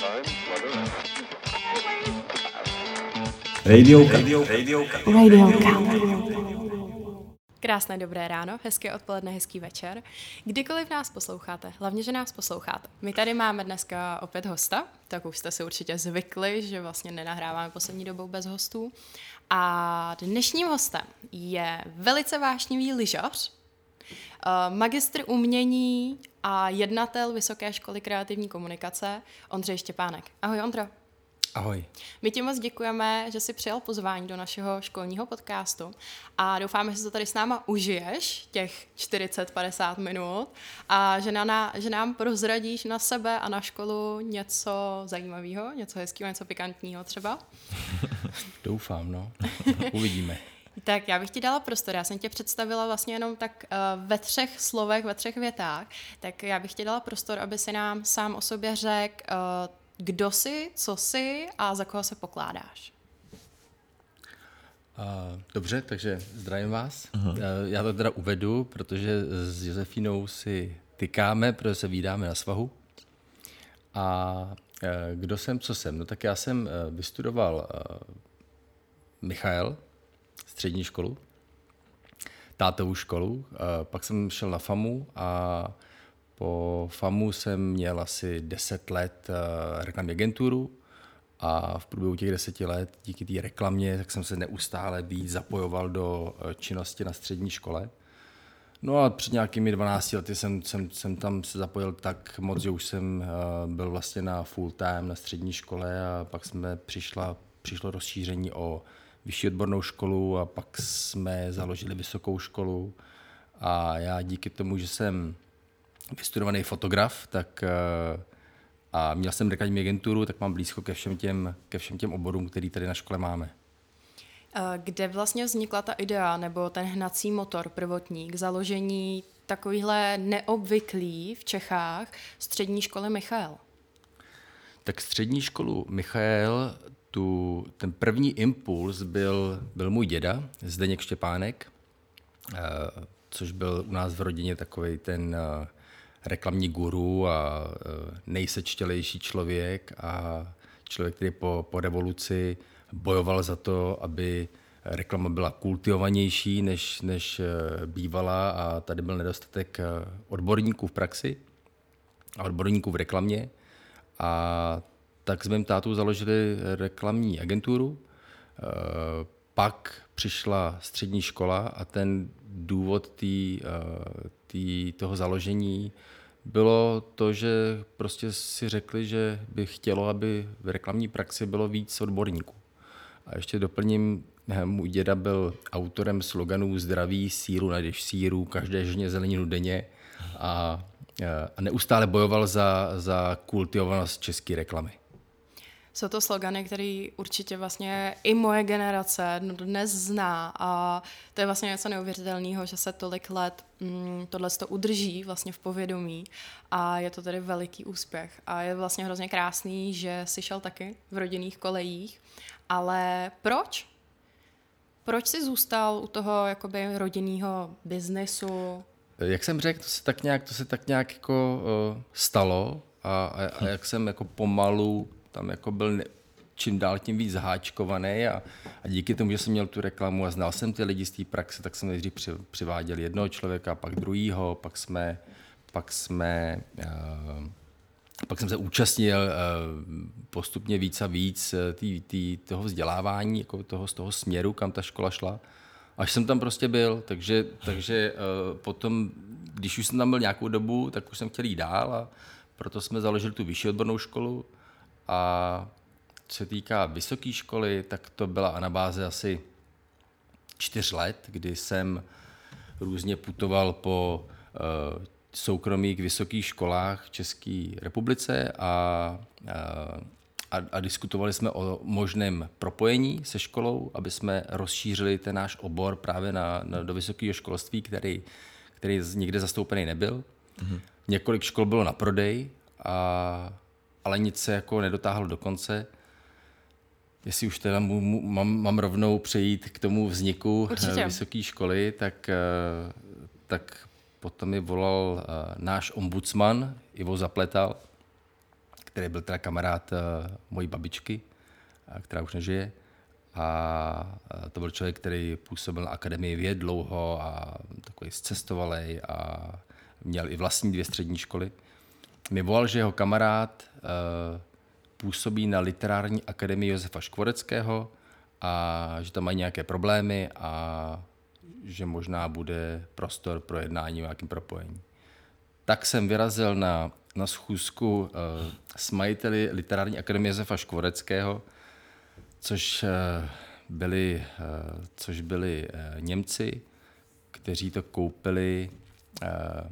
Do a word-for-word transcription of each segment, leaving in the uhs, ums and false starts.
Radio, radio, radio, Radio. Krásné dobré ráno, hezké odpoledne, hezký večer. Kdykoliv nás posloucháte, hlavně, že nás posloucháte. My tady máme dneska opět hosta, tak už jste si určitě zvykli, že vlastně nenahráváme poslední dobou bez hostů. A dnešním hostem je velice vášnivý lyžař, magistr umění a jednatel Vysoké školy kreativní komunikace Ondřej Štěpánek. Ahoj, Ondro. Ahoj. My ti moc děkujeme, že jsi přijal pozvání do našeho školního podcastu a doufáme, že to tady s náma užiješ těch čtyřicet padesát minut a že, na, že nám prozradíš na sebe a na školu něco zajímavého, něco hezkého, něco pikantního třeba. Doufám, no. Uvidíme. Tak já bych ti dala prostor, já jsem tě představila vlastně jenom tak uh, ve třech slovech, ve třech větách, tak já bych ti dala prostor, aby si nám sám o sobě řekl, uh, kdo jsi, co jsi a za koho se pokládáš. Uh, dobře, takže zdravím vás. Uh-huh. Uh, já to teda uvedu, protože s Josefínou si tykáme, protože se vídáme na svahu. A uh, kdo jsem, co jsem? No tak já jsem uh, vystudoval uh, Michael, střední školu, tátovu školu, uh, pak jsem šel na FAMu a po FAMu jsem měl asi deset let uh, reklamní agenturu a v průběhu těch deseti let díky té reklamě tak jsem se neustále víc zapojoval do uh, činnosti na střední škole. No a před nějakými dvanácti lety jsem, jsem, jsem tam se zapojil tak moc, že už jsem uh, byl vlastně na full time na střední škole a pak jsme přišla, přišlo rozšíření o vyšší odbornou školu a pak jsme založili vysokou školu a já díky tomu, že jsem vystudovaný fotograf, tak a měl jsem reklamní agenturu, tak mám blízko ke všem těm, ke všem těm oborům, který tady na škole máme. Kde vlastně vznikla ta idea nebo ten hnací motor prvotní k založení takovýhle neobvyklý v Čechách střední školy Michael? Tak střední školu Michael, tu, ten první impuls byl, byl můj děda, Zdeněk Štěpánek, což byl u nás v rodině takovej ten reklamní guru a nejsečtělejší člověk a člověk, který po, po revoluci bojoval za to, aby reklama byla kultivovanější, než, než bývala a tady byl nedostatek odborníků v praxi a odborníků v reklamě. A tak s mým tátou založili reklamní agenturu. Pak přišla střední škola a ten důvod tý, tý, toho založení bylo to, že prostě si řekli, že by chtělo, aby v reklamní praxi bylo víc odborníků. A ještě doplním, můj děda byl autorem sloganů zdraví, síru, najdeš síru, každé ženě zeleninu denně a, a neustále bojoval za, za kultivovanost české reklamy. Jsou to slogany, které určitě vlastně i moje generace dnes zná a to je vlastně něco neuvěřitelného, že se tolik let mm, tohle to udrží vlastně v povědomí a je to tedy veliký úspěch a je vlastně hrozně krásný, že jsi šel taky v rodinných kolejích, ale proč? Proč jsi zůstal u toho jakoby rodinného biznesu? Jak jsem řekl, to se tak nějak, to se tak nějak jako uh, stalo a, a, a jak jsem jako pomalu tam jako byl čím dál tím víc zaháčkovaný a, a díky tomu, že jsem měl tu reklamu a znal jsem ty lidi z té praxe, tak jsem nejdřív při, přiváděl jednoho člověka, pak druhýho, pak jsme, pak jsme, uh, pak jsem se účastnil uh, postupně víc a víc tý, tý, toho vzdělávání, jako toho, z toho směru, kam ta škola šla. Až jsem tam prostě byl, takže, takže uh, potom, když už jsem tam byl nějakou dobu, tak už jsem chtěl jít dál a proto jsme založili tu vyšší odbornou školu. A co se týká vysoké školy, tak to byla anabáze asi čtyř let, kdy jsem různě putoval po uh, soukromých vysokých školách v České republice a, a, a diskutovali jsme o možném propojení se školou, aby jsme rozšířili ten náš obor právě na, na, do vysokého školství, který, který nikde zastoupený nebyl. Mm-hmm. Několik škol bylo na prodej, a, ale nic se jako nedotáhlo do konce. Jestli už teda mu, mu, mám, mám rovnou přejít k tomu vzniku vysoké školy, tak, tak potom mi volal náš ombudsman Ivo Zapletal, který byl teda kamarád mojí babičky, která už nežije. A to byl člověk, který působil na Akademii věd dlouho a takový zcestovalej a měl i vlastní dvě střední školy. Mi volal, že jeho kamarád uh, působí na Literární akademii Josefa Škvoreckého a že tam mají nějaké problémy a že možná bude prostor pro jednání o nějakém propojení. Tak jsem vyrazil na, na schůzku uh, s majiteli Literární akademie Josefa Škvoreckého, což uh, byli, uh, což byli uh, Němci, kteří to koupili uh,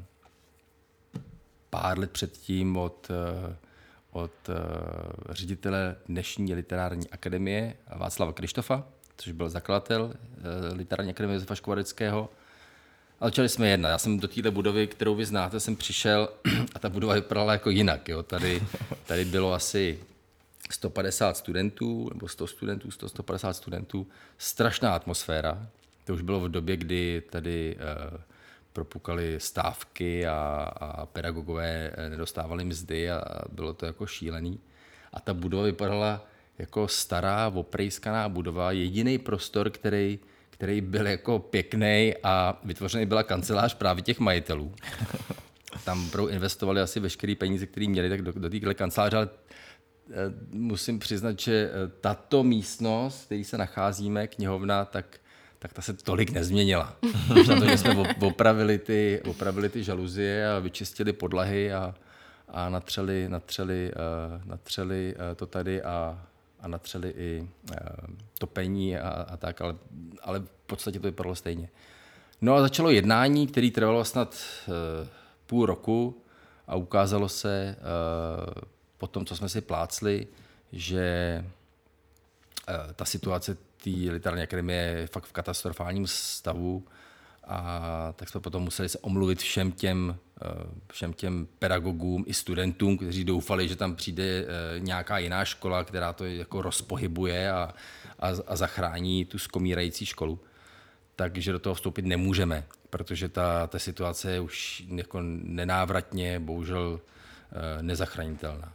pár let předtím od, od ředitele dnešní Literární akademie Václava Krištofa, což byl zakladatel Literární akademie Josefa Škvoreckého. Ale začali jsme jednat. Já jsem do této budovy, kterou vy znáte, jsem přišel a ta budova vypadala jako jinak. Jo. Tady, tady bylo asi sto padesát studentů, nebo sto studentů, sto, sto padesát studentů. Strašná atmosféra. To už bylo v době, kdy tady propukaly stávky a, a pedagogové nedostávali mzdy a bylo to jako šílený. A ta budova vypadala jako stará, oprejskaná budova. Jediný prostor, který, který byl jako pěkný a vytvořený byla kancelář právě těch majitelů. Tam investovali asi veškerý peníze, které měli tak do, do téhle kanceláře, ale musím přiznat, že tato místnost, v které se nacházíme, knihovna, tak tak ta se tolik nezměnila. Už na to, že jsme opravili ty, opravili ty žaluzie a vyčistili podlahy a, a natřeli, natřeli, uh, natřeli uh, to tady a, a natřeli i uh, topení a, a tak, ale, ale v podstatě to vypadalo stejně. No a začalo jednání, které trvalo snad uh, půl roku a ukázalo se uh, po tom, co jsme si plácli, že uh, ta situace té Literární akademie je fakt v katastrofálním stavu a tak jsme potom museli se omluvit všem těm, všem těm pedagogům i studentům, kteří doufali, že tam přijde nějaká jiná škola, která to jako rozpohybuje a, a, a zachrání tu skomírající školu. Takže do toho vstoupit nemůžeme, protože ta, ta situace je už jako nenávratně, bohužel nezachranitelná.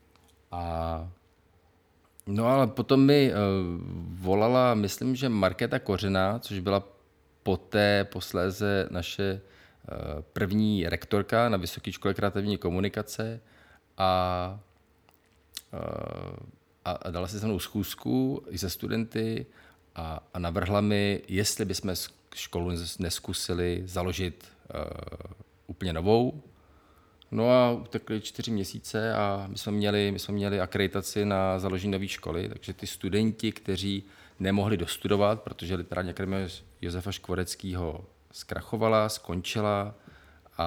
A no ale potom mi uh, volala, myslím, že Markéta Kořená, což byla poté posléze naše uh, první rektorka na Vysoké škole kreativní komunikace a, uh, a, a dala si se mnou schůzku i se studenty a, a navrhla mi, jestli bychom školu neskusili založit uh, úplně novou. No a utekly čtyři měsíce a my jsme měli, my jsme měli akreditaci na založení nové školy, takže ty studenti, kteří nemohli dostudovat, protože Literární akademie Josefa Škvoreckého zkrachovala, skončila a,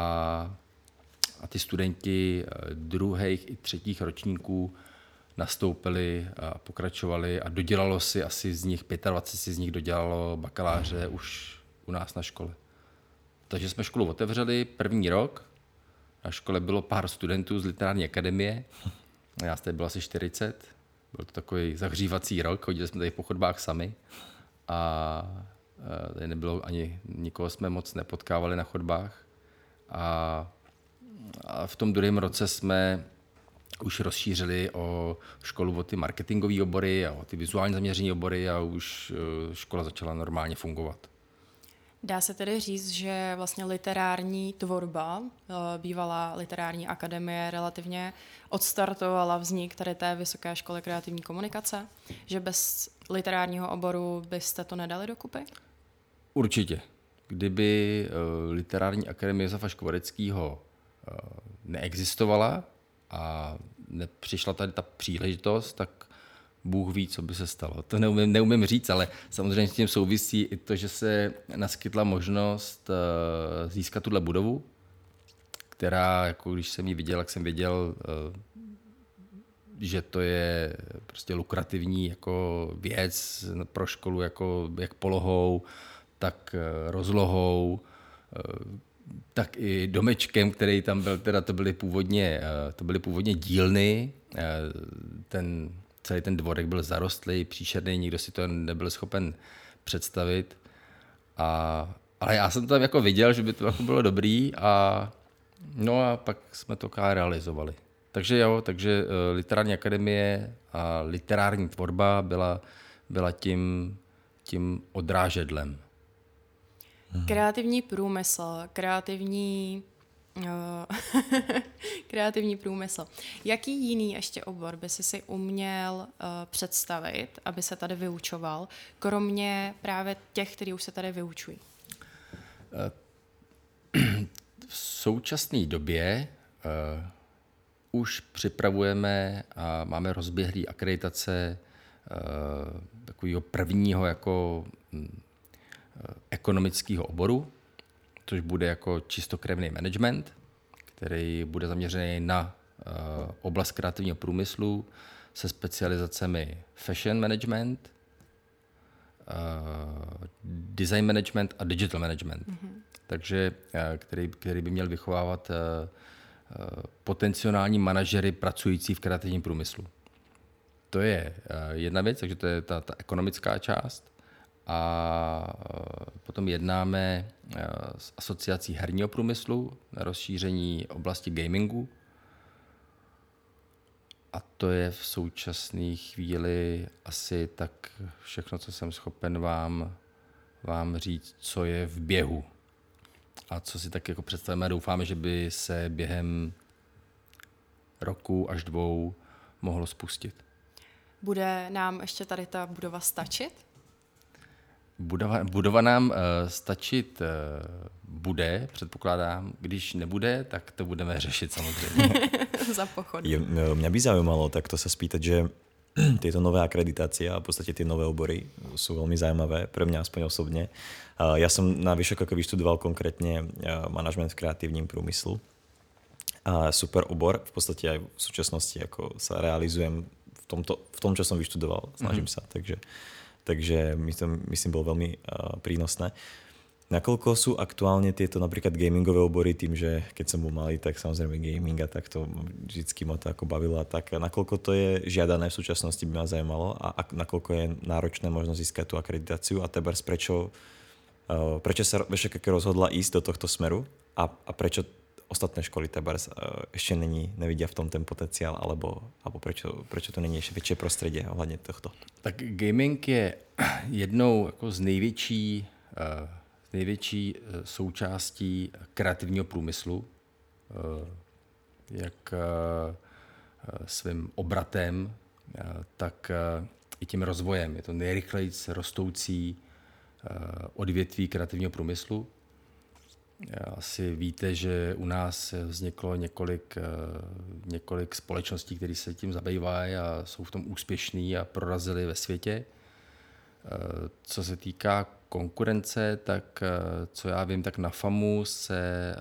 a ty studenti druhých i třetích ročníků nastoupili a pokračovali a dodělalo si asi z nich, dvacet pět si z nich dodělalo bakaláře už u nás na škole. Takže jsme školu otevřeli první rok. Na škole bylo pár studentů z Literární akademie, já tady bylo asi čtyřicet, byl to takový zahřívací rok, chodili jsme tady po chodbách sami a tady nebylo ani, nikoho jsme moc nepotkávali na chodbách a, a v tom druhém roce jsme už rozšířili o školu o ty marketingové obory a o ty vizuální zaměření obory a už škola začala normálně fungovat. Dá se tedy říct, že vlastně literární tvorba, bývalá Literární akademie relativně odstartovala vznik tady té Vysoké školy kreativní komunikace? Že bez literárního oboru byste to nedali dokupy? Určitě. Kdyby Literární akademie Josefa Škvoreckého neexistovala a nepřišla tady ta příležitost, tak Bůh ví, co by se stalo. To neumím, neumím říct, ale samozřejmě s tím souvisí i to, že se naskytla možnost uh, získat tuhle budovu, která, jako když jsem ji viděl, jak jsem věděl, uh, že to je prostě lukrativní jako věc pro školu, jako jak polohou, tak uh, rozlohou, uh, tak i domečkem, který tam byl, teda to byly původně, uh, to byly původně dílny, uh, ten celý ten dvorek byl zarostlý, příšerný, nikdo si to nebyl schopen představit. A, ale já jsem tam jako viděl, že by to jako bylo dobrý a no a pak jsme to realizovali. Takže jo, takže uh, literární akademie a literární tvorba byla, byla tím, tím odrážedlem. Kreativní průmysl, kreativní, uh, kreativní průmysl. Jaký jiný ještě obor by si si uměl uh, představit, aby se tady vyučoval, kromě právě těch, kteří už se tady vyučují? V současné době uh, už připravujeme a máme rozběhlý akreditace uh, takového prvního jako um, ekonomického oboru, což bude jako čistokrevný management, který bude zaměřený na uh, oblast kreativního průmyslu se specializacemi fashion management, uh, design management a digital management. Mm-hmm. Takže uh, který, který by měl vychovávat uh, uh, potenciální manažery pracující v kreativním průmyslu. To je uh, jedna věc, takže to je ta, ta ekonomická část. A potom jednáme s asociací herního průmyslu na rozšíření oblasti gamingu. A to je v současné chvíli asi tak všechno, co jsem schopen vám, vám říct, co je v běhu. A co si tak jako představíme, doufáme, že by se během roku až dvou mohlo spustit. Bude nám ještě tady ta budova stačit? Budova, budova nám uh, stačit uh, bude, předpokládám. Když nebude, tak to budeme řešit samozřejmě. Za pochod. Je, mňa by zaujímalo takto sa spýtať, že tieto nové akreditácie a v podstate tie nové obory sú veľmi zaujímavé, pre mňa aspoň osobne. Uh, ja som na Vysoké vyštudoval konkrétne uh, manažment v kreatívnym prúmyslu. A super obor, v podstate aj v súčasnosti ako sa realizujem v, tomto, v tom, čo som vyštudoval. Snažím mm-hmm. sa, takže Takže mi to, myslím, bolo veľmi uh, prínosné. Nakoľko sú aktuálne tieto napríklad gamingové obory, tým, že keď som bol malý, tak samozrejme gaming a tak to vždycky ma to ako bavilo a tak. Nakoľko to je žiadané v súčasnosti, by ma zaujímalo a, a nakoľko je náročné možno získať tú akreditáciu a tebars prečo, uh, prečo sa Vysoká rozhodla ísť do tohto smeru a, a prečo ostatné školy tebars ešte není, nevidia v tom ten potenciál, alebo, alebo prečo, prečo to není ešte väčšie prostredie ohľadne tohto? Tak gaming je jednou jako z největší, z největší součástí kreativního průmyslu, jak svým obratem, tak i tím rozvojem. Je to nejrychleji rostoucí odvětví kreativního průmyslu. Asi víte, že u nás vzniklo několik, několik společností, které se tím zabývají a jsou v tom úspěšní a prorazili ve světě. Co se týká konkurence, tak co já vím, tak na FAMu se,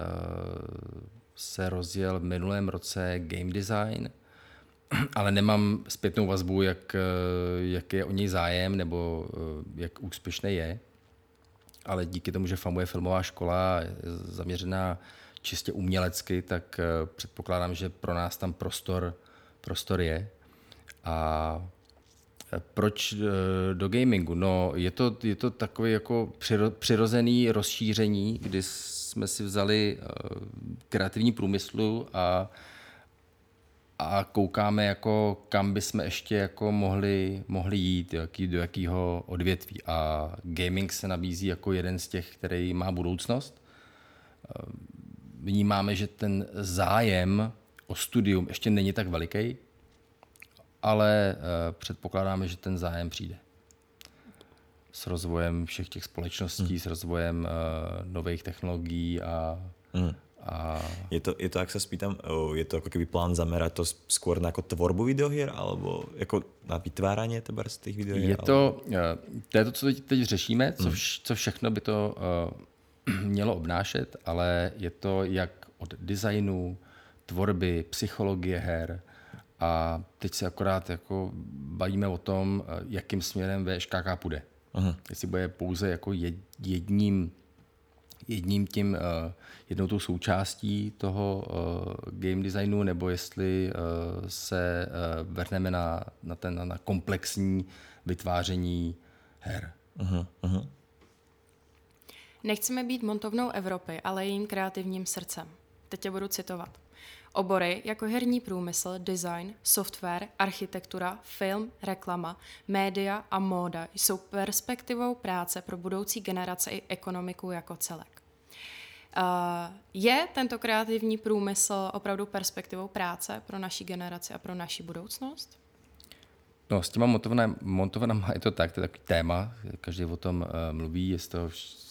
se rozjel v minulém roce game design, ale nemám zpětnou vazbu, jak, jak je o něj zájem nebo jak úspěšný je. Ale díky tomu, že FAMu je filmová škola, je zaměřená čistě umělecky, tak předpokládám, že pro nás tam prostor, prostor je. A proč do gamingu? No, je to, je to takové jako přirozené rozšíření, kdy jsme si vzali kreativní průmyslu a, a koukáme, jako, kam bychom ještě jako mohli, mohli jít, jaký, do jakého odvětví. A gaming se nabízí jako jeden z těch, který má budoucnost. Vnímáme, že ten zájem o studium ještě není tak veliký, ale předpokládáme, že ten zájem přijde. S rozvojem všech těch společností, hmm. s rozvojem nových technologií a... Hmm. A... Je, to, je to, ak sa spýtam, je to ako keby plán zamerať to skôr na ako tvorbu videohier, alebo jako na vytváranie teba z tých videohier? Je to, to je to, co teď, teď řešíme, co, vš, co všechno by to uh, mělo obnášet, ale je to jak od designu, tvorby, psychologie her a teď se akorát jako bavíme o tom, jakým směrem V Š K K půjde. Uh-huh. Jestli bude pouze jako jedním jedním tím, jednou tou součástí toho game designu, nebo jestli se vrhneme na, na, ten, na komplexní vytváření her. Uh-huh, uh-huh. Nechceme být montovnou Evropy, ale jejím kreativním srdcem. Teď tě budu citovat. Obory jako herní průmysl, design, software, architektura, film, reklama, média a móda jsou perspektivou práce pro budoucí generace i ekonomiku jako celek. Uh, je tento kreativní průmysl opravdu perspektivou práce pro naši generaci a pro naši budoucnost? No, s těma montovanama je to tak, to je takový téma, každý o tom uh, mluví, je to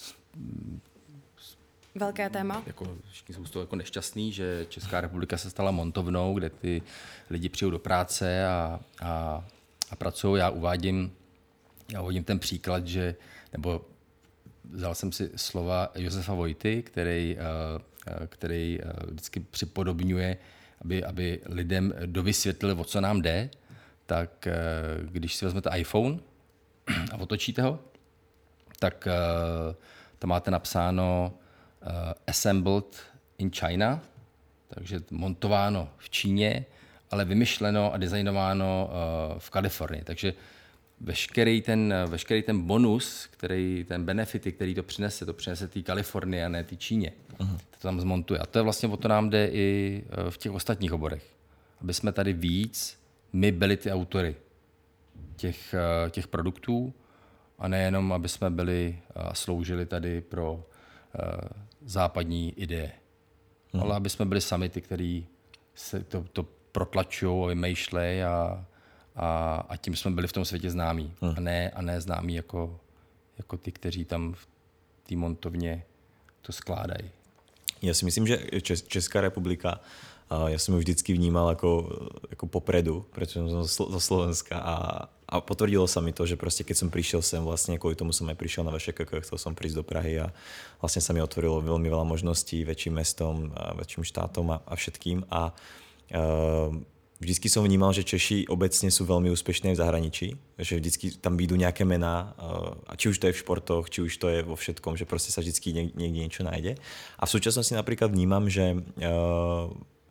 velké téma. Jako, všichni jsou z toho jako nešťastný, že Česká republika se stala montovnou, kde ty lidi přijdou do práce a, a, a pracují. Já uvádím, já uvádím ten příklad, že, nebo vzal jsem si slova Josefa Vojty, který, uh, který uh, vždycky připodobňuje, aby, aby lidem dovysvětlil, o co nám jde. Tak když si vezmete iPhone a otočíte ho, tak tam máte napsáno assembled in China, takže montováno v Číně, ale vymyšleno a designováno v Kalifornii. Takže veškerý ten, veškerý ten bonus, který, ten benefity, který to přinese, to přinese té Kalifornii a ne té Číně. Uh-huh. To tam zmontuje. A to je vlastně o to nám jde i v těch ostatních oborech. Aby jsme tady víc my byli ty autory těch, těch produktů a nejenom, aby jsme byli a sloužili tady pro uh, západní ideje. Hmm. Ale aby jsme byli sami ty, kteří se to, to protlačují a vymýšlejí a, a, a tím jsme byli v tom světě známí. Hmm. A, ne, a ne známí jako, jako ty, kteří tam v té montovně to skládají. Já si myslím, že Česká republika, ja som ju vždycky vnímal ako, ako popredu, pretože som zo Slovenska a, a potvrdilo sa mi to, že proste keď som prišiel sem, vlastne kvôli tomu som aj prišiel na VŠKK, chcel som prísť do Prahy a vlastne sa mi otvorilo veľmi veľa možností väčším mestom, a väčším štátom a, a všetkým a uh, vždycky som vnímal, že Češi obecne sú veľmi úspešní v zahraničí, že vždycky tam výjdu nejaké mená, a či už to je v športoch, či už to je vo všetkom, že proste sa vždycky niekde niečo nájde. A v súčasnosti napríklad vnímam, že uh,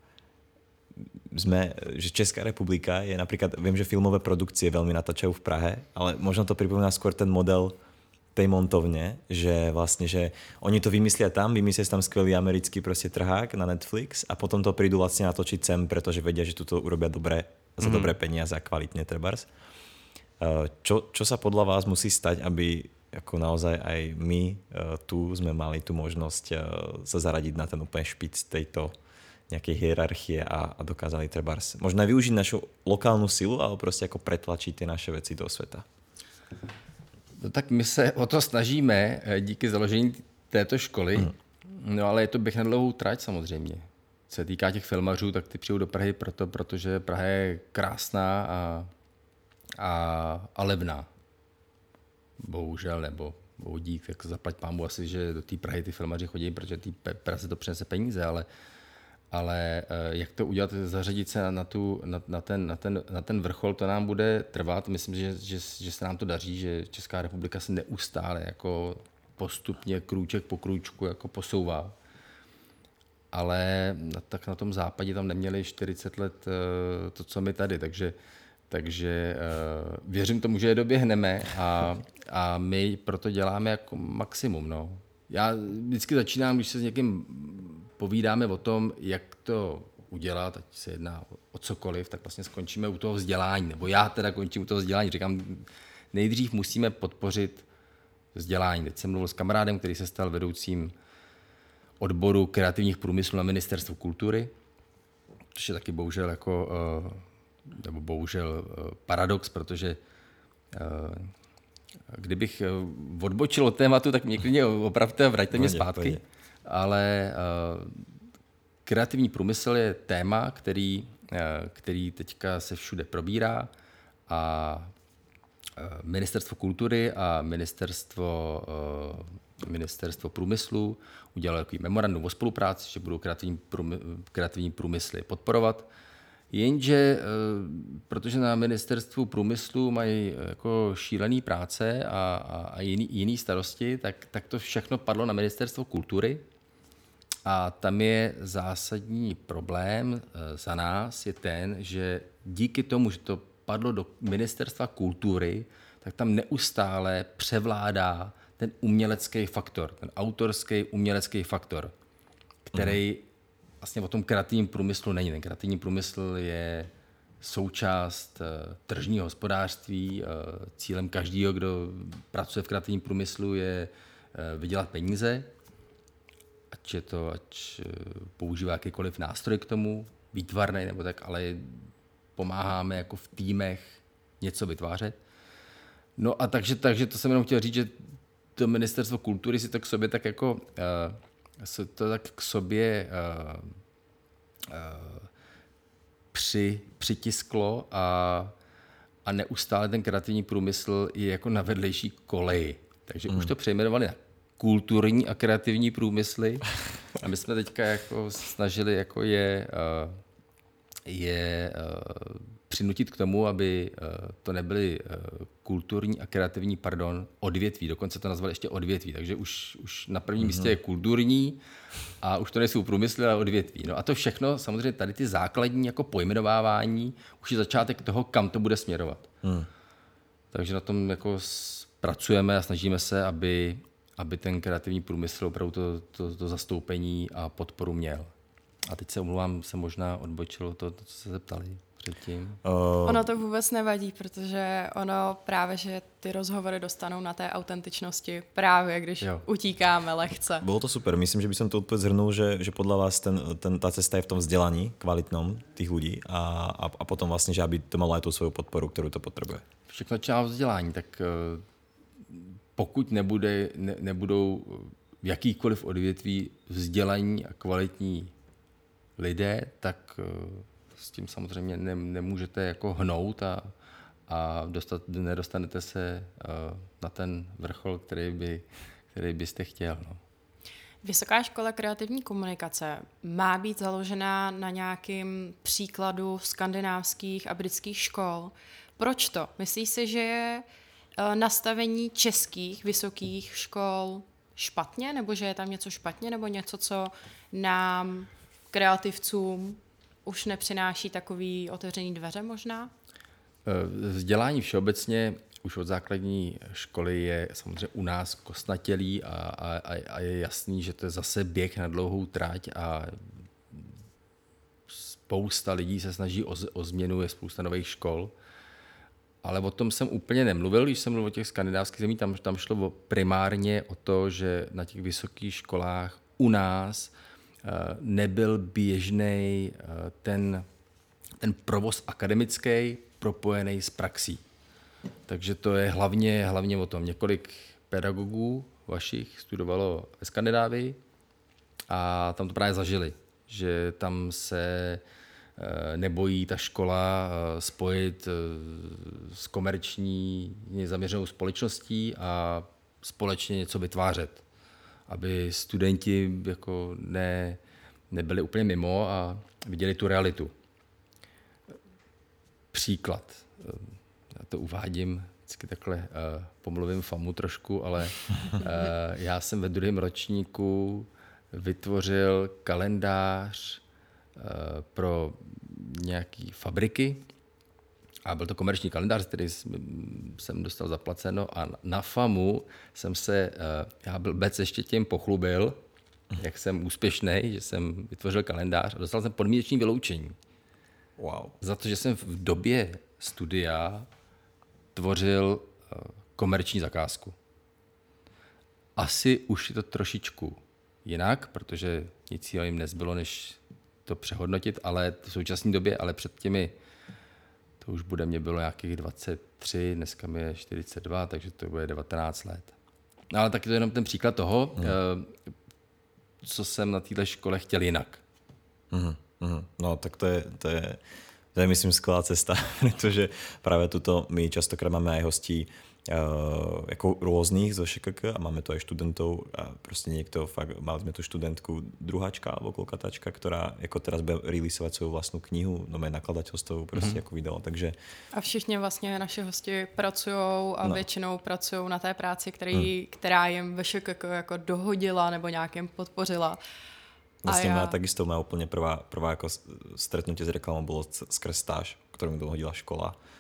sme, že Česká republika je napríklad, viem, že filmové produkcie veľmi natáčajú v Prahe, ale možno to pripomína skôr ten model tej montovne, že vlastne, že oni to vymyslia tam, vymyslia tam skvelý americký proste trhák na Netflix a potom to prídu vlastne natočiť sem, pretože vedia, že tu to urobia dobre, za mm. dobré peniaze a kvalitne trebárs. Čo, čo sa podľa vás musí stať, aby ako naozaj aj my tu sme mali tú možnosť sa zaradiť na ten úplne špic tejto nejakej hierarchie a, a dokázali trebárs možno aj využiť našu lokálnu silu, ale proste ako pretlačiť tie naše veci do sveta. No tak my se o to snažíme díky založení této školy, mm. no ale je to běh na dlouhou trať samozřejmě. Co se týká těch filmařů, tak ty přijdou do Prahy proto, protože Praha je krásná a, a, a levná. Bohužel, nebo bohu dík, tak zaplať pámu asi, že do té Prahy ty filmaři chodí, protože té Praze to přinese peníze, ale Ale jak to udělat, zařadit se na, tu, na, na, ten, na, ten, na ten vrchol, to nám bude trvat. Myslím, že, že, že se nám to daří, že Česká republika se neustále jako postupně krůček po krůčku jako posouvá. Ale tak na tom západě tam neměli čtyřicet let to, co my tady, takže, takže věřím tomu, že je doběhneme a, a my proto děláme jako maximum. No. Já vždycky začínám, když se s někým povídáme o tom, jak to udělat, ať se jedná o cokoliv, tak vlastně skončíme u toho vzdělání. Nebo já teda končím u toho vzdělání. Říkám, nejdřív musíme podpořit vzdělání. Teď jsem mluvil s kamarádem, který se stal vedoucím odboru kreativních průmyslů na Ministerstvu kultury, což je taky bohužel jako, nebo bohužel paradox, protože kdybych odbočil od tématu, tak mě klidně opravte a vraťte mě zpátky. Ale uh, kreativní průmysl je téma, který, uh, který teďka se všude probírá a uh, Ministerstvo kultury a Ministerstvo, uh, Ministerstvo průmyslu udělalo takový memorandum o spolupráci, že budou kreativní, průmy, kreativní průmysly podporovat. Jenže, uh, protože na Ministerstvu průmyslu mají jako šílený práce a, a, a jiný, jiný starosti, tak, tak to všechno padlo na Ministerstvo kultury. A tam je zásadní problém za nás je ten, že díky tomu, že to padlo do Ministerstva kultury, tak tam neustále převládá ten umělecký faktor, ten autorský umělecký faktor, který vlastně o tom kreativním průmyslu není. Ten kreativní průmysl je součást tržního hospodářství. Cílem každého, kdo pracuje v kreativním průmyslu, je vydělat peníze, ať je to, ať používá jakýkoliv nástroj k tomu, výtvarný nebo tak, ale pomáháme jako v týmech něco vytvářet. No a takže, takže to jsem jenom chtěl říct, že to ministerstvo kultury si to k sobě tak jako uh, se to tak k sobě uh, uh, při, přitisklo a, a neustále ten kreativní průmysl je jako na vedlejší koleji. Takže mm. už to přejmenovali na kulturní a kreativní průmysly a my jsme teďka jako snažili jako je, uh, je uh, přinutit k tomu, aby uh, to nebyly uh, kulturní a kreativní, pardon, odvětví, dokonce to nazvali ještě odvětví, takže už, už na prvním mm-hmm. místě je kulturní a už to nejsou průmysly, ale odvětví. No a to všechno, samozřejmě tady ty základní jako pojmenovávání, už je začátek toho, kam to bude směrovat. Mm. Takže na tom jako pracujeme a snažíme se, aby, aby ten kreativní průmysl opravdu to, to, to zastoupení a podporu měl. A teď se omlouvám, se možná odbočilo to, to co se zeptali předtím. Uh... Ono to vůbec nevadí, protože ono právě, že ty rozhovory dostanou na té autentičnosti právě, když jo. utíkáme lehce. Bylo to super. Myslím, že by som to odpověď zhrnul, že, že podľa vás ten, ten, tá cesta je v tom vzdelaní kvalitnom tých ľudí a, a, a potom vlastne, že aby to malo aj tú svoju podporu, ktorú to potrebuje. Všechno začíná vzdělání, tak pokud nebude, ne, nebudou v jakýkoliv odvětví vzdělaní a kvalitní lidé, tak s tím samozřejmě ne, nemůžete jako hnout a, a dostat, nedostanete se na ten vrchol, který, by, který byste chtěl. No. Vysoká škola kreativní komunikace má být založená na nějakém příkladu skandinávských a britských škol. Proč to? Myslíš si, že je nastavení českých vysokých škol špatně, nebo že je tam něco špatně, nebo něco, co nám, kreativcům, už nepřináší takový otevřený dveře možná? Vzdělání všeobecně už od základní školy je samozřejmě u nás kostnatělý a, a, a je jasný, že to je zase běh na dlouhou trať a spousta lidí se snaží o, o změnu, je spousta nových škol. Ale o tom jsem úplně nemluvil, když jsem mluvil o těch skandinávských zemích, tam, tam šlo primárně o to, že na těch vysokých školách u nás nebyl běžný ten, ten provoz akademický propojený s praxí. Takže to je hlavně, hlavně o tom. Několik pedagogů vašich studovalo ve Skandinávii a tam to právě zažili, že tam se nebojí ta škola spojit s komerční zaměřenou společností a společně něco vytvářet, aby studenti jako ne, nebyli úplně mimo a viděli tu realitu. Příklad. Já to uvádím, vždycky takhle pomluvím famu trošku, ale já jsem ve druhém ročníku vytvořil kalendář pro nějaké fabriky a byl to komerční kalendář, který jsem dostal zaplaceno a na famu jsem se, já byl bec ještě tím pochlubil, jak jsem úspěšný, že jsem vytvořil kalendář a dostal jsem podmíneční vyloučení. Wow. Za to, že jsem v době studia tvořil komerční zakázku. Asi už je to trošičku jinak, protože nic jiného jim nezbylo, než to přehodnotit, ale v současné době, ale před těmi, to už bude, mě bylo nějakých dvacet tři, dneska mi je čtyřicet dva, takže to bude devatenáct let. No, ale taky to je jenom ten příklad toho, hmm. co jsem na této škole chtěl jinak. Hmm. Hmm. No, tak to je, to je, to je myslím skvělá cesta, protože právě tuto my častokrát máme aj hostí Uh, jako rôznych zo ŠKK a máme tu aj študentov a proste niekto fakt, mali sme tu študentku druháčka alebo kolkatačka, ktorá jako teraz bude releaseovať svoju vlastnú knihu, no mé nakladatelstvo prostě mm-hmm. jako vydala, takže... A všichni vlastně naši hosti pracujou a no. většinou pracujou na té práci, který, mm. která jim ve ŠKK jako dohodila nebo nějak jim podpořila. Vlastne ja... moja takisto moja úplne prvá, prvá ako stretnutie s reklamou bolo skrz stáž, ktorú mi dohodila škola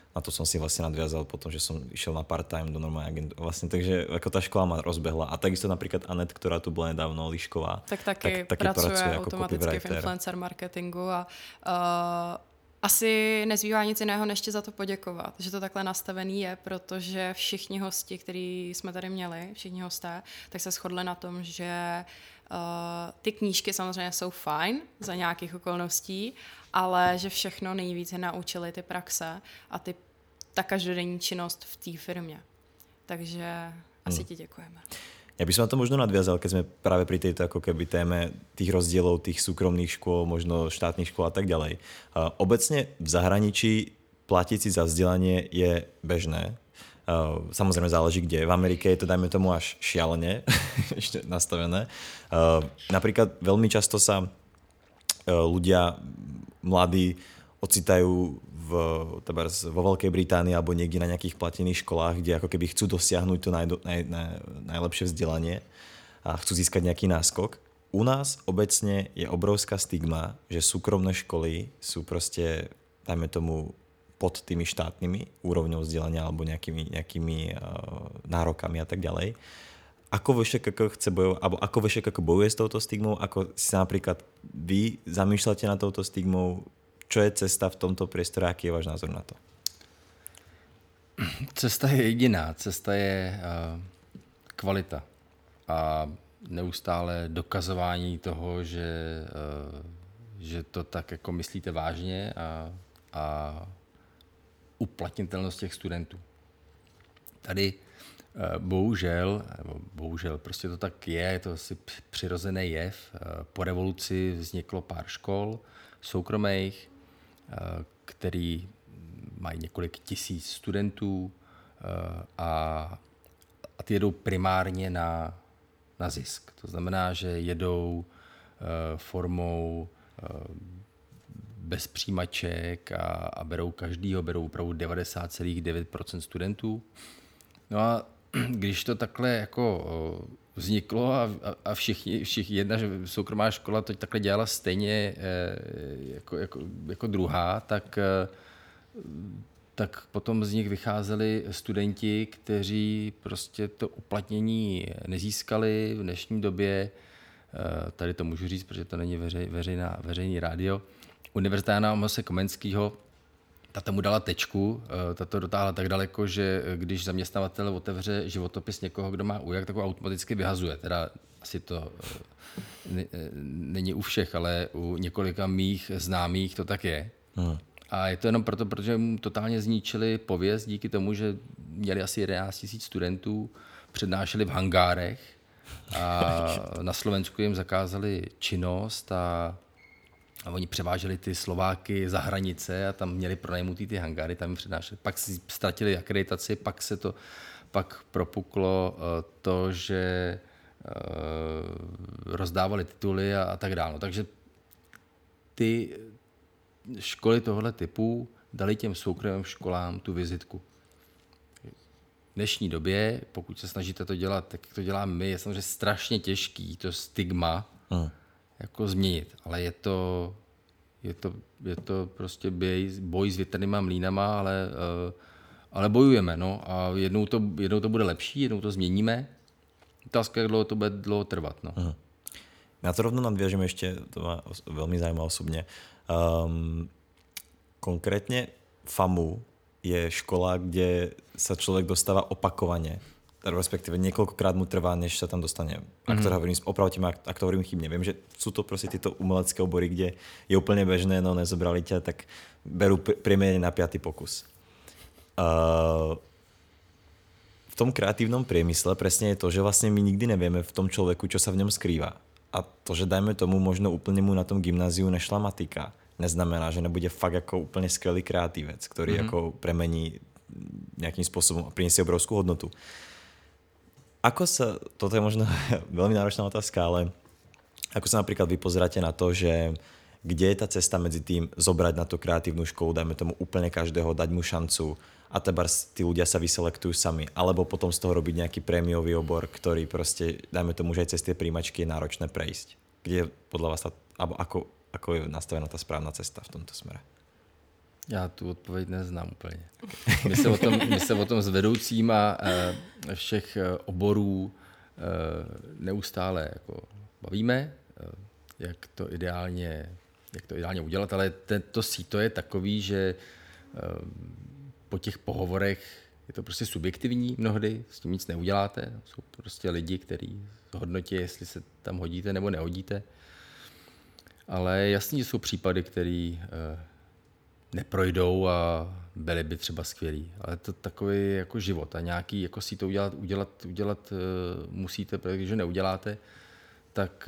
Na to som si vlastne nadviazal potom, že som išiel na part-time do normálnej agentu. Vlastne, takže ako tá škola ma rozbehla. A takisto napríklad Anet, ktorá tu bola nedávno, Lišková. Tak taky, tak, taky pracuje, pracuje automaticky v influencer marketingu a uh, asi nezbývá nic jiného, než ti za to poděkovat, že to takhle nastavený je, protože všichni hosti, který jsme tady měli, všichni hosté, tak se shodli na tom, že uh, ty knížky samozřejmě jsou fajn za nějakých okolností, ale že všechno nejvíce naučili ty praxe a ty, ta každodenní činnost v té firmě. Takže asi hmm. ti děkujeme. Ja by som na to možno nadviazal, keď sme práve pri tejto ako keby téme tých rozdielov tých súkromných škôl, možno štátnych škôl a tak ďalej. Uh, obecne v zahraničí platiť si za vzdelanie je bežné. Uh, samozrejme záleží kde. V Amerike je to, dajme tomu, až šialene ešte nastavené. Uh, napríklad veľmi často sa uh, ľudia mladí ocitajú v, vo Veľkej Británii alebo niekde na nejakých platených školách, kde ako keby chcú dosiahnuť to naj, naj, naj, najlepšie vzdelanie a chcú získať nejaký náskok. U nás obecne je obrovská stigma, že súkromné školy sú proste, dajme tomu, pod tými štátnymi úrovňou vzdelania alebo nejakými, nejakými uh, nárokami a tak ďalej. Ako VŠKK chce bojovať, alebo ako VŠKK bojuje s touto stigmou, ako si napríklad vy zamýšľate na touto stigmou, čo je cesta v tomto priestore, aký je váš názor na to? Cesta je jediná. Cesta je uh, kvalita a neustále dokazování toho, že, uh, že to tak jako myslíte vážně a, a uplatnitelnost těch studentů. Tady uh, bohužel, bohužel, prostě to tak je, je to asi přirozený jev. Uh, po revoluci vzniklo pár škol soukromých, který mají několik tisíc studentů a, a ty jedou primárně na, na zisk. To znamená, že jedou formou bez přijímaček a, a berou každýho, berou opravdu devadesát celá devět procent studentů. No a když to takhle jako vzniklo a, a všichni, všichni, jedna soukromá škola to takhle dělala stejně jako, jako, jako druhá, tak, tak potom z nich vycházeli studenti, kteří prostě to uplatnění nezískali v dnešní době. Tady to můžu říct, protože to není veřej, veřejná, veřejný rádio. Univerzita Jana Amose Komenského, ta tomu dala tečku, ta to dotáhla tak daleko, že když zaměstnavatel otevře životopis někoho, kdo má újak, tak ho automaticky vyhazuje. Teda asi to není u všech, ale u několika mých známých to tak je. Hmm. A je to jenom proto, protože mu totálně zničili pověst díky tomu, že měli asi jedenáct tisíc studentů, přednášeli v hangárech a na Slovensku jim zakázali činnost a A oni převáželi ty Slováky za hranice a tam měli pronajmutý ty hangáry, tam jim přednášeli. Pak si ztratili akreditaci, pak se to pak propuklo to, že rozdávali tituly a, a tak dále. Takže ty školy tohoto typu dali těm soukromým školám tu vizitku. V dnešní době, pokud se snažíte to dělat, tak to děláme my, je samozřejmě strašně těžký to stigma hmm. jako změnit, ale je to, je to, je to prostě boj, boj s větrnýma mlýnama, ale, ale bojujeme, no, a jednou to, jednou to bude lepší, jednou to změníme. Otázka, jak dlouho to bude dlouho trvat, no. Uh-huh. Na to rovno nadviažem ešte, to ma veľmi zaujíma osobne. Um, konkrétne FAMU je škola, kde sa človek dostáva opakovane, respektíve niekoľkokrát mu trvá, než sa tam dostane. Ak to hovorím, opravte ma, ak to hovorím chybne. Viem, že sú to proste tieto umelecké obory, kde je úplne bežné, no nezobrali ťa, tak berú priemerne na piaty pokus. Uh, v tom kreatívnom priemysle presne je to, že vlastne my nikdy nevieme v tom človeku, čo sa v ňom skrýva. A to, že dajme tomu, možno úplne mu na tom gymnáziu nešla matika, neznamená, že nebude fakt ako úplne skvelý kreatívec, ktorý mm-hmm. ako premení nejakým spôsobom a priniesie obrovskú hodnotu. Ako sa, toto je možno veľmi náročná otázka, ale ako sa napríklad vy pozeráte na to, že kde je tá cesta medzi tým zobrať na tú kreatívnu školu, dajme tomu úplne každého, dať mu šancu a teda tí ľudia sa vyselektujú sami, alebo potom z toho robiť nejaký prémiový obor, ktorý proste, dajme tomu, že aj cez tie príjmačky je náročné prejsť. Kde je podľa vás tá, alebo ako, ako je nastavená tá správna cesta v tomto smere? Já tu odpověď neznám úplně. My se o tom, my se o tom s vedoucíma uh, všech uh, oborů uh, neustále jako bavíme, uh, jak to ideálně, jak to ideálně udělat, ale tento síto je takový, že uh, po těch pohovorech je to prostě subjektivní mnohdy, s tím nic neuděláte. Jsou prostě lidi, kteří hodnotí, jestli se tam hodíte nebo nehodíte. Ale jasně, že jsou případy, které uh, neprojdou a byly by třeba skvělý. Ale to takový jako život a nějaký, jako si to udělat, udělat, udělat uh, musíte, protože když neuděláte, tak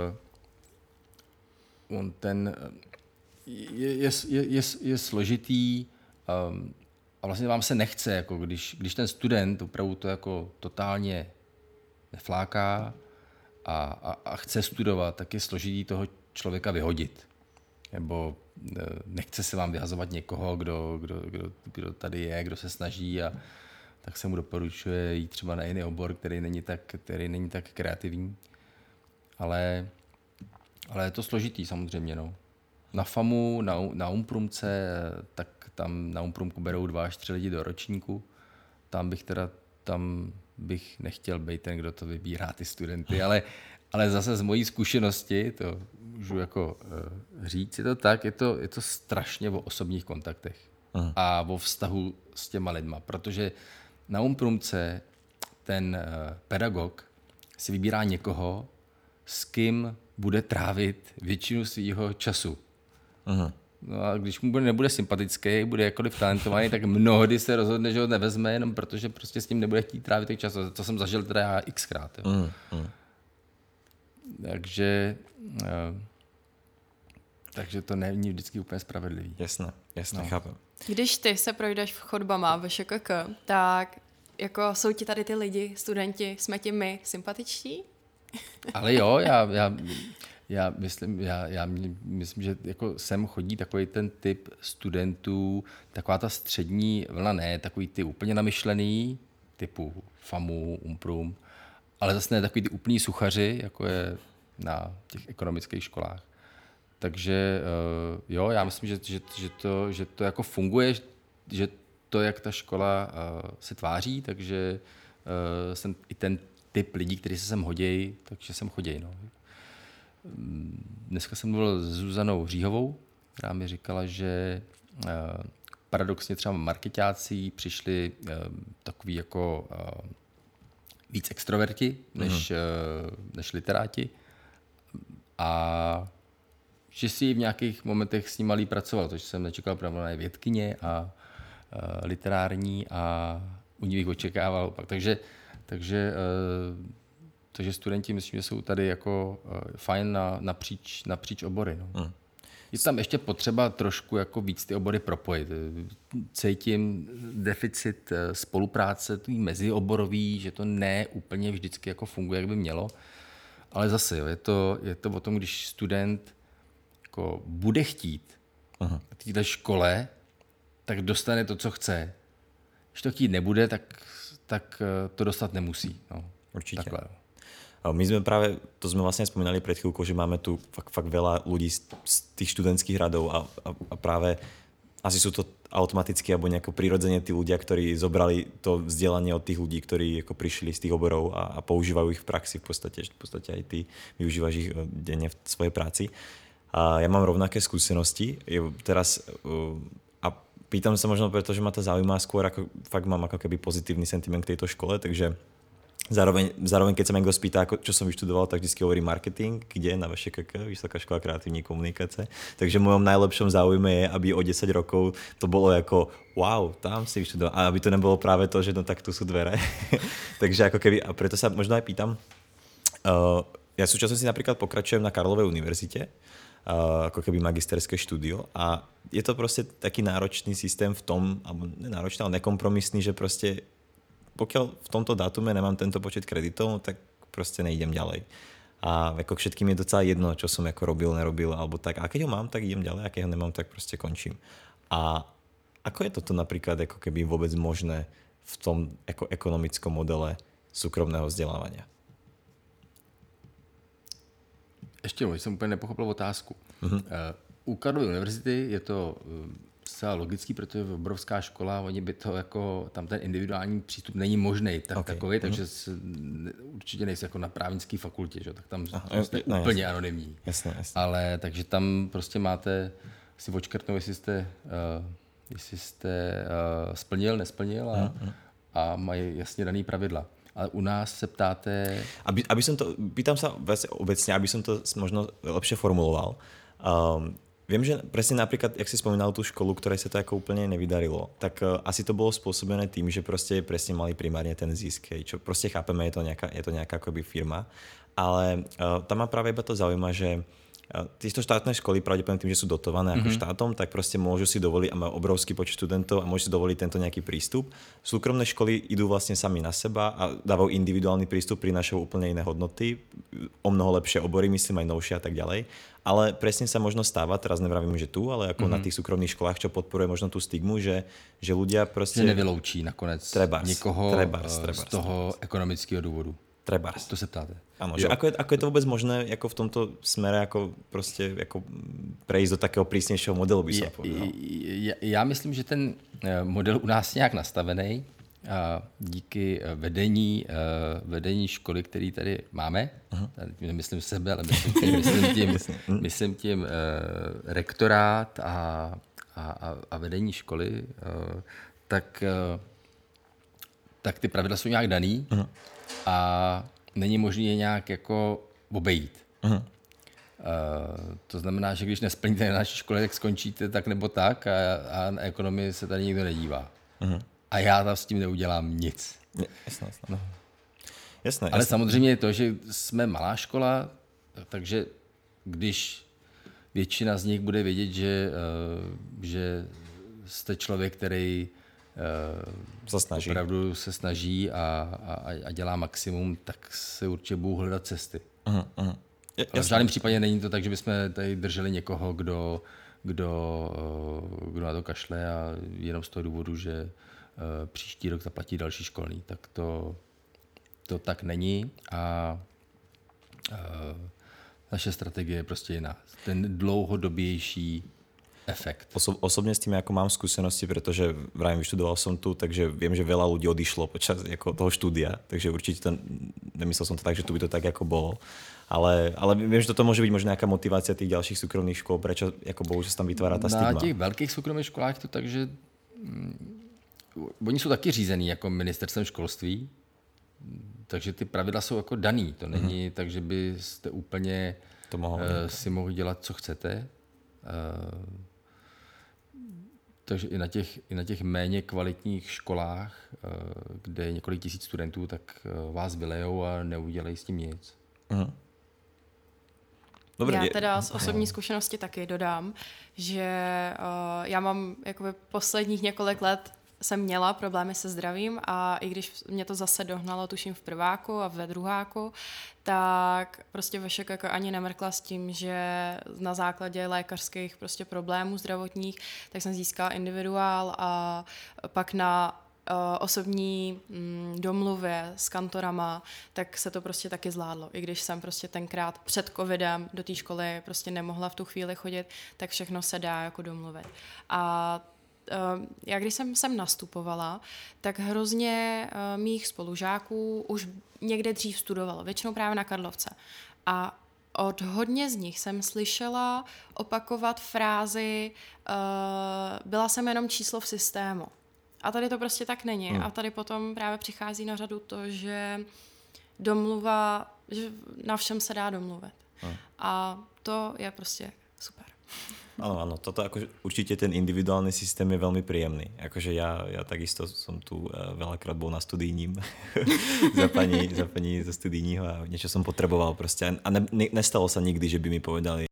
uh, on ten je, je, je, je složitý um, a vlastně vám se nechce, jako když, když ten student opravdu to jako totálně nefláká a, a, a chce studovat, tak je složitý toho člověka vyhodit. Nebo nechce se vám vyhazovat někoho, kdo, kdo, kdo, kdo tady je, kdo se snaží a tak se mu doporučuje jít třeba na jiný obor, který není tak, který není tak kreativní. Ale, ale je to složitý samozřejmě. No. Na FAMu, na, na Umprumce, tak tam na Umprumku berou dva až tři lidi do ročníku. Tam bych teda, tam bych nechtěl být ten, kdo to vybírá, ty studenty, ale Ale zase z mojí zkušenosti, to můžu jako uh, říct, je to tak, je to, je to strašně o osobních kontaktech. Aha. A o vztahu s těma lidma, protože na Umprumce ten uh, pedagog si vybírá někoho, s kým bude trávit většinu svého času. Aha. No a když mu bude, nebude sympatický, bude jakkoliv talentovaný, tak mnohdy se rozhodne, že ho nevezme, jenom protože prostě s ním nebude chtít trávit ten čas. To jsem zažil teda já xkrát. Jo. Aha. Aha. Takže, uh, takže to není vždycky úplně spravedlivý. Jasné, jasné, no. Chápem. Když ty se projdeš v chodbama ve ŠKK, tak jako jsou ti tady ty lidi, studenti, jsme ti my sympatičtí? Ale jo, já, já, já, myslím, já, já myslím, že jako sem chodí takový ten typ studentů, taková ta střední vlna, ne, takový ty úplně namyšlený, typu FAMu, Umprum, ale zase ne takový ty úplný suchaři, jako je na těch ekonomických školách. Takže uh, jo, já myslím, že, že, že, to, že to jako funguje, že to, jak ta škola uh, se tváří, takže uh, jsem i ten typ lidí, kteří se sem hodějí, takže sem chodějí. No. Dneska jsem mluvil s Zuzanou Říhovou, která mi říkala, že uh, paradoxně třeba markeťáci přišli uh, takový jako uh, víc extroverti než, mm. než literáti a že si v nějakých momentech s ním malý pracoval, takže jsem nečekal pravděpodobně vědkyně a, a literární a u nich očekával pak. Takže, takže, takže studenti myslím, že jsou tady jako fajn na, napříč, napříč obory. No. Mm. Je tam ještě potřeba trošku jako víc ty obory propojit. Cítím deficit spolupráce mezioborový, že to ne úplně vždycky jako funguje, jak by mělo. Ale zase jo, je, to, je to o tom, když student jako bude chtít Aha. na této škole, tak dostane to, co chce. Když to chtít nebude, tak, tak to dostat nemusí. No, určitě. Takhle. My sme práve, to sme vlastne spomínali pred chvíľkou, že máme tu fakt, fakt veľa ľudí z, z tých študentských radov a, a, a práve asi sú to automaticky alebo nejako prirodzene tí ľudia, ktorí zobrali to vzdelanie od tých ľudí, ktorí ako prišli z tých oborov a, a používajú ich v praxi v podstate, v podstate aj ty využívaš ich denne v svojej práci. A ja mám rovnaké skúsenosti. Teraz a pýtam sa možno preto, že ma to zaujíma skôr, ako fakt mám ako keby pozitívny sentiment k tejto škole, takže Zároveň, zároveň, keď sa ma niekto spýta, čo som vyštudoval, tak vždy hovorí marketing, kde na VŠKK, Vysoká škola kreatívnej komunikace. Takže v mojom najlepšom záujme je, aby o desať rokov to bolo ako wow, tam si vyštudoval. A aby to nebolo práve to, že no tak tu sú dvere. Takže ako keby, a preto sa možno aj pýtam. Uh, ja v súčasnosti napríklad pokračujem na Karlovej univerzite, uh, ako keby magisterské štúdio a je to proste taký náročný systém v tom, alebo nenáročný, ale nekompromisný, že proste pokiaľ v tomto dátume nemám tento počet kreditov, tak proste nejdem ďalej. A ako všetkým je docela jedno, čo som ako robil, nerobil, alebo tak. A keď ho mám, tak idem ďalej, a keď ho nemám, tak proste končím. A ako je toto napríklad ako keby vôbec možné v tom ako ekonomickom modele súkromného vzdelávania? Ještě jsem úplně nepochopil otázku. Uh-huh. U Karlovy univerzity je to zcela logický, protože je obrovská škola, oni by to jako, tam ten individuální přístup není možný tak, okay. takový, takže mm. určitě nejsi jako na právnické fakultě, že? Tak tam Aha, jste no, úplně jasný. anonymní. Jasně, jasně. Ale takže tam prostě máte si očkrtnout, jestli jste, uh, jestli jste uh, splnil, nesplnil a, mm. a mají jasně daný pravidla. Ale u nás se ptáte... Aby, aby som to, pýtam sa obecne, aby som to možno lepšie formuloval. Um, viem, že presne napríklad, jak si spomínal tú školu, ktorej sa to ako úplne nevydarilo, tak uh, asi to bolo spôsobené tým, že proste presne mali primárne ten zisk. Hej, čo proste chápeme, je to nejaká, je to nejaká akoby firma. Ale uh, tam ma práve iba to zaujíma, že tieto štátne školy pravdepodobne tým, že sú dotované ako mm-hmm. štátom, tak proste môžu si dovoliť a majú obrovský počet študentov a môžu si dovoliť tento nejaký prístup. Súkromné školy idú vlastne sami na seba a dávajú individuálny prístup, prinášajú úplne iné hodnoty, o mnoho lepšie obory, myslím aj novšie a tak ďalej. Ale presne sa možno stáva, teraz nevravím, že tu, ale ako mm-hmm. na tých súkromných školách, čo podporuje možno tú stigmu, že, že ľudia proste... Že nevyloučí nakonec trebárs, někoho trebárs, trebárs, z toho trebárs. ekonomického důvodu. Trebárs. To se ptáte. Áno, že ako je, ako je to vôbec možné ako v tomto smere ako proste ako prejsť do takého prísnejšieho modelu, by som povedal? Já, já myslím, že ten model u nás je nějak nastavený a díky vedení, vedení školy, který tady máme, uh-huh. tady nemyslím sebe, ale myslím tím, myslím tím, myslím tím uh, rektorát a, a, a vedení školy, uh, tak, uh, tak ty pravidla jsou nějak daný. Uh-huh. A není možné je nějak jako obejít. Uh-huh. Uh, to znamená, že když nesplníte na naší škole, tak skončíte tak nebo tak a, a na ekonomii se tady nikdo nedívá. Uh-huh. A já tam s tím neudělám nic. Je, jasné, jasné. No. jasné. Ale jasné. samozřejmě je to, že jsme malá škola, takže když většina z nich bude vědět, že, uh, že jste člověk, který se snaží. opravdu se snaží a, a, a dělá maximum, tak se určitě budou hledat cesty. Uh-huh, uh-huh. Je, Ale v žádném případě není to tak, že bychom tady drželi někoho, kdo, kdo, kdo na to kašle a jenom z toho důvodu, že uh, příští rok zaplatí další školní. Tak to, to tak není a uh, naše strategie je prostě jiná. Ten dlouhodobější efekt. Oso- osobne s tým, ako mám skúsenosti, pretože vrajím, vyštudoval som tu, takže viem, že veľa ľudí odišlo počas ako toho štúdia, takže určite to, nemyslel som to tak, že tu by to tak ako bolo. Ale, ale viem, že toto môže byť možno nejaká motivácia tých ďalších súkromných škôl, prečo ako bohužiaľ sa tam vytvára tá stigma. Na těch velkých soukromých školách to tak, že mm, oni jsou taky řízený jako ministerstvem školství, takže ty pravidla jsou jako daný. To není mm-hmm. tak, že byste úplně to uh, si mohli dělat, co chcete. Uh, Takže i na těch, i na těch méně kvalitních školách, kde je několik tisíc studentů, tak vás vylejou a neudělají s tím nic. Uh-huh. Dobrý. Já teda z osobní zkušenosti taky dodám, že uh, já mám jakoby posledních několik let jsem měla problémy se zdravím a i když mě to zase dohnalo, tuším v prváku a ve druháku, tak prostě Vašek jako ani nemrkla s tím, že na základě lékařských prostě problémů zdravotních, tak jsem získala individuál a pak na uh, osobní mm, domluvě s kantorama, tak se to prostě taky zvládlo. I když jsem prostě tenkrát před covidem do té školy prostě nemohla v tu chvíli chodit, tak všechno se dá jako domluvit. A já když jsem sem nastupovala, tak hrozně uh, mých spolužáků už někde dřív studovalo, většinou právě na Karlovce. A od hodně z nich jsem slyšela opakovat frázi uh, byla jsem jenom číslo v systému. A tady to prostě tak není. Hmm. A tady potom právě přichází na řadu to, že domluva, že na všem se dá domluvit. Hmm. A to je prostě super. Áno, áno, toto akože určite ten individuálny systém je veľmi príjemný. Akože ja, ja takisto som tu veľakrát bol na studijním za pani, za pani zo studijního a niečo som potreboval proste. A ne, ne, nestalo sa nikdy, že by mi povedali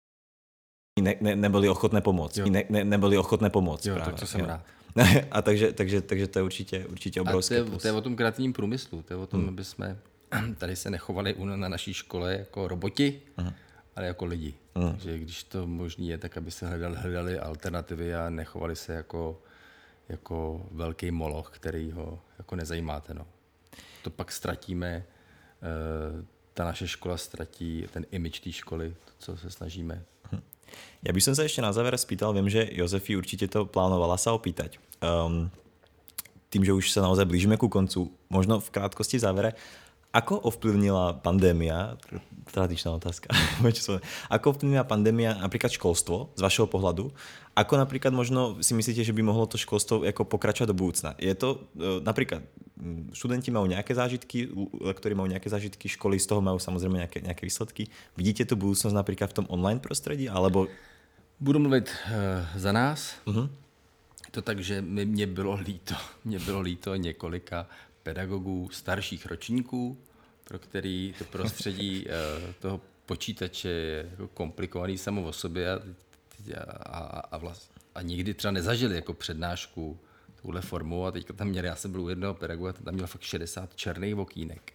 ne, ne, neboli ochotné pomôcť. Ne, ne, neboli ochotné pomôcť. Jo, práve. Tak to som rád. A takže, takže, takže to je určite, určite obrovské plus. A to je, to je o tom kreativním průmyslu. To je o tom, hmm. aby jsme tady se nechovali na naší škole jako roboti, uh-huh. ale jako lidi. Hmm. Že když to možný je, tak aby se hledali, hledali alternativy a nechovali se jako, jako velký moloch, který ho jako nezajímáte. No. To pak ztratíme, e, ta naše škola ztratí ten image té školy, to, co se snažíme. Hmm. Ja by som sa ešte na záver spýtal, viem, že Jozefi určite to plánovala sa opýtať. Um, tým, že už sa naozaj blížime ku koncu, možno v krátkosti v závere, ako ovplyvnila pandémia, tradičná otázka, ako ovplyvnila pandémia napríklad školstvo z vašeho pohľadu? Ako napríklad možno si myslíte, že by mohlo to školstvo ako pokračovať do budúcna? Je to napríklad, študenti majú nejaké zážitky, lektori majú nejaké zážitky, školy z toho majú samozrejme nejaké, nejaké výsledky. Vidíte tu budúcnosť napríklad v tom online prostredí? Alebo... Budu mluvit uh, za nás. Uh-huh. Je to tak, že mě bylo líto, mě bylo líto několika pedagogů starších ročníků, pro který to prostředí uh, toho počítače je jako komplikovaný samo o sobě a, a, a, vlast, a nikdy třeba nezažili jako přednášku touhle formou a teďka tam měli, já jsem byl u jednoho pedagoga, tam měl fakt šedesát černých okýnek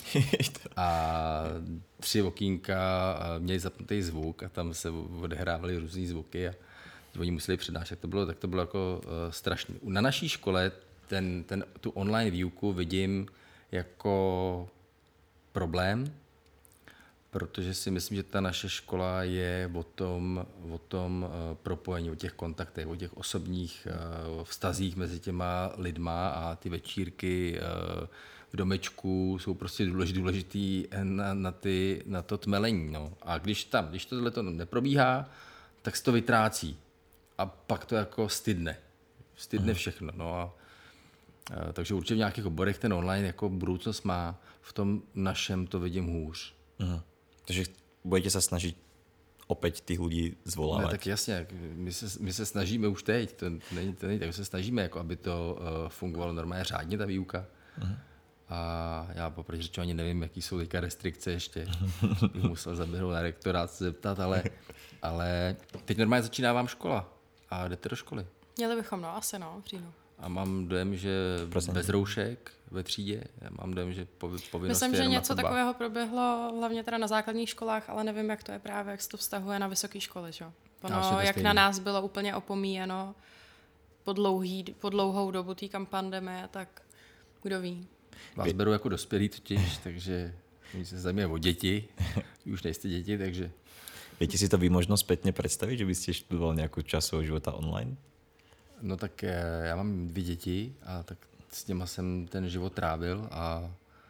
a tři okýnka měli zapnutý zvuk a tam se odehrávaly různý zvuky a oni museli přednášet, to bylo, tak to bylo jako uh, strašné. Na naší škole ten, ten, tu online výuku vidím jako problém, protože si myslím, že ta naše škola je o tom, o tom uh, propojení, o těch kontaktech, o těch osobních uh, vztazích mezi těma lidma a ty večírky uh, v domečku jsou prostě důležitý, důležitý na, na, ty, na to tmelení. No. A když tam, když tohle to neprobíhá, tak se to vytrácí. A pak to jako stydne. Stydne uh-huh. všechno. No a, a, takže určitě v nějakých oborech ten online jako budoucnost má, v tom našem to vidím hůř. Uh-huh. Takže budete se snažit opět těch lidí zvolávat. Ne, tak jasně, my se, my se snažíme už teď, to není, to není tak, my se snažíme, jako aby to uh, fungovalo normálně řádně, ta výuka. Uh-huh. A já poprvé řečeno ani nevím, jaký jsou teďka restrikce ještě. Bych musel zaběhnout na rektorát se zeptat, ale, ale teď normálně začíná vám škola. A jdete do školy. Měli bychom, no, asi no, v říjnu. A mám dojem, že Prosím. bez roušek ve třídě, já mám dojem, že povinnost Myslím, je že jenom něco takového proběhlo hlavně teda na základních školách, ale nevím, jak to je právě, jak se to vztahuje na vysoké školy, že? Ono, jak stejný. Na nás bylo úplně opomíjeno po, dlouhý, po dlouhou dobu té pandemie, tak kdo ví. Vás beru jako dospělí totiž, takže mě se zajímají o děti, už nejste děti, takže... Viete si to vy možno spätne predstaviť, že by ste študoval nejakú časť svojho života online? No tak já mám dvě děti a tak s těma jsem ten život trávil a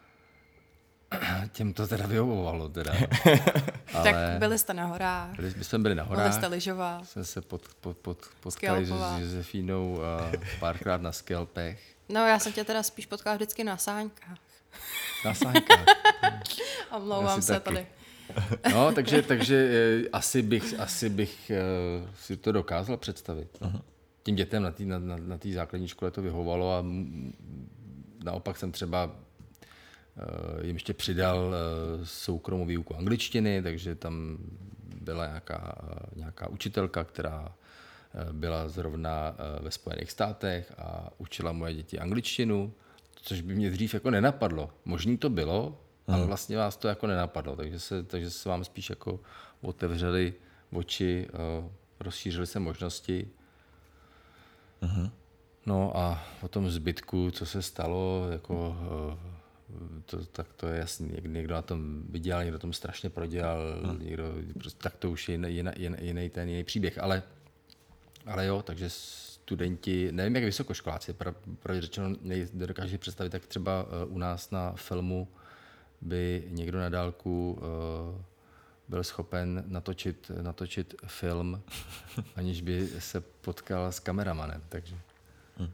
těm to teda vyhovovalo. Teda. Ale tak byli jste na horách. Byli, jsme byli na horách. Byli jste lyžovat. Jsme se pod, pod, pod, potkali s Josefínou párkrát na skelpech. No já jsem tě teda spíš potkala vždycky na sáňkách. Na sáňkách. Omlouvám se taky. Tady. No, takže, takže asi bych, asi bych si to dokázal představit. Uh-huh. Tím dětem na té na, na, na základní škole to vyhovovalo a naopak jsem třeba jim ještě přidal soukromou výuku angličtiny, takže tam byla nějaká, nějaká učitelka, která byla zrovna ve Spojených státech a učila moje děti angličtinu, což by mě dřív jako nenapadlo. Možný to bylo, ale hmm. vlastně vás to jako nenapadlo, takže se, takže se vám spíš jako otevřely oči, rozšířily se možnosti. Uh-huh. No a o tom zbytku, co se stalo, jako, to, tak to je jasný. Někdo na tom vydělal, někdo na tom strašně prodělal, uh-huh. někdo, prostě, tak to už je jiný, jiný, jiný ten jiný příběh. Ale, ale jo, takže studenti, nevím jak vysokoškoláci, pro, pro řečeno nedokážu představit, tak třeba u nás na filmu by někdo na dálku uh, byl schopen natočit, natočit film, aniž by se potkal s kameramanem. Takže. Hmm.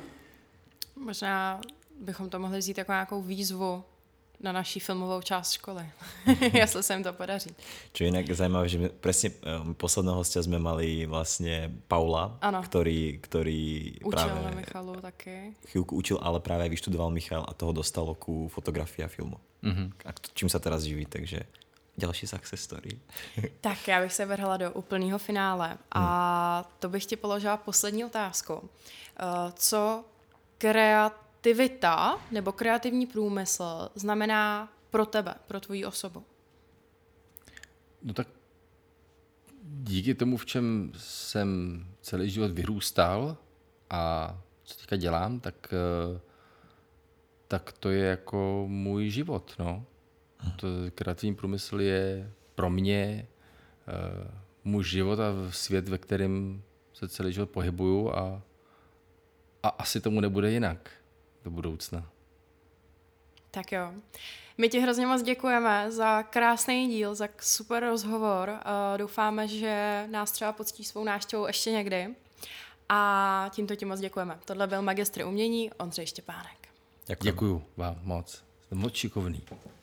Možná bychom to mohli vzít jako nějakou výzvu na naší filmovou část školy, jestli se jim to podaří. Čo je inak zaujímavé, že presne um, posledného hostia sme mali vlastne Paula, ano. ktorý, ktorý učil práve... na Michalu taky. Chvíľku učil, ale práve aj vyštudoval Michal a toho dostalo ku fotografii a filmu. Mm-hmm. A čím sa teraz živí, takže další success story. Tak já bych se vrhla do úplného finále a hmm. to bych ti položila poslední otázku. Co kreativita nebo kreativní průmysl znamená pro tebe, pro tvoji osobu? No tak díky tomu, v čem jsem celý život vyrůstal a co teďka dělám, tak, tak to je jako můj život, no. To kreativní průmysl je pro mě uh, můj život a svět, ve kterém se celý život pohybuju a, a asi tomu nebude jinak do budoucna. Tak jo. My ti hrozně moc děkujeme za krásný díl, za super rozhovor. Uh, doufáme, že nás třeba poctí svou návštěvou ještě někdy. A tímto ti moc děkujeme. Tohle byl magistr umění Ondřej Štěpánek. Děkuji. Děkuju vám moc. Jste moc šikovný.